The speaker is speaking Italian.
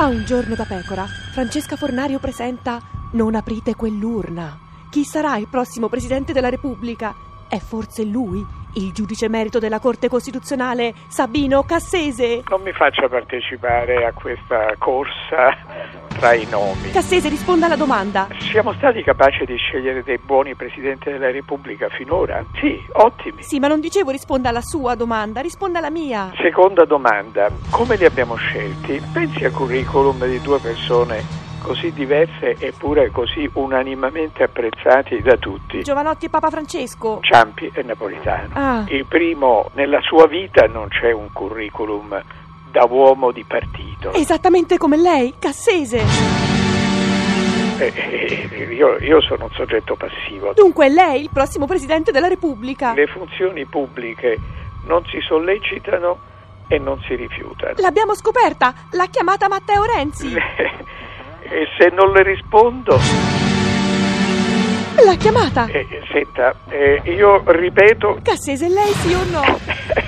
A un giorno da pecora, Francesca Fornario presenta Non aprite quell'urna. Chi sarà il prossimo Presidente della Repubblica? È forse lui, il giudice emerito della Corte Costituzionale, Sabino Cassese? Non mi faccia partecipare a questa corsa tra i nomi. Cassese, risponda alla domanda. Siamo stati capaci di scegliere dei buoni Presidenti della Repubblica finora? Sì, ottimi. Sì, ma non dicevo risponda alla sua domanda, risponda alla mia. Seconda domanda, come li abbiamo scelti? Pensi al curriculum di due persone così diverse eppure così unanimamente apprezzati da tutti. Giovanotti e Papa Francesco. Ciampi e Napolitano. Ah. Il primo, nella sua vita non c'è un curriculum da uomo di partito. Esattamente come lei, Cassese. Io sono un soggetto passivo. Dunque lei, il prossimo Presidente della Repubblica. Le funzioni pubbliche non si sollecitano e non si rifiutano. L'abbiamo scoperta, l'ha chiamata Matteo Renzi. E se non le rispondo? L'ha chiamata. Senta, io ripeto. Cassese, lei sì o no?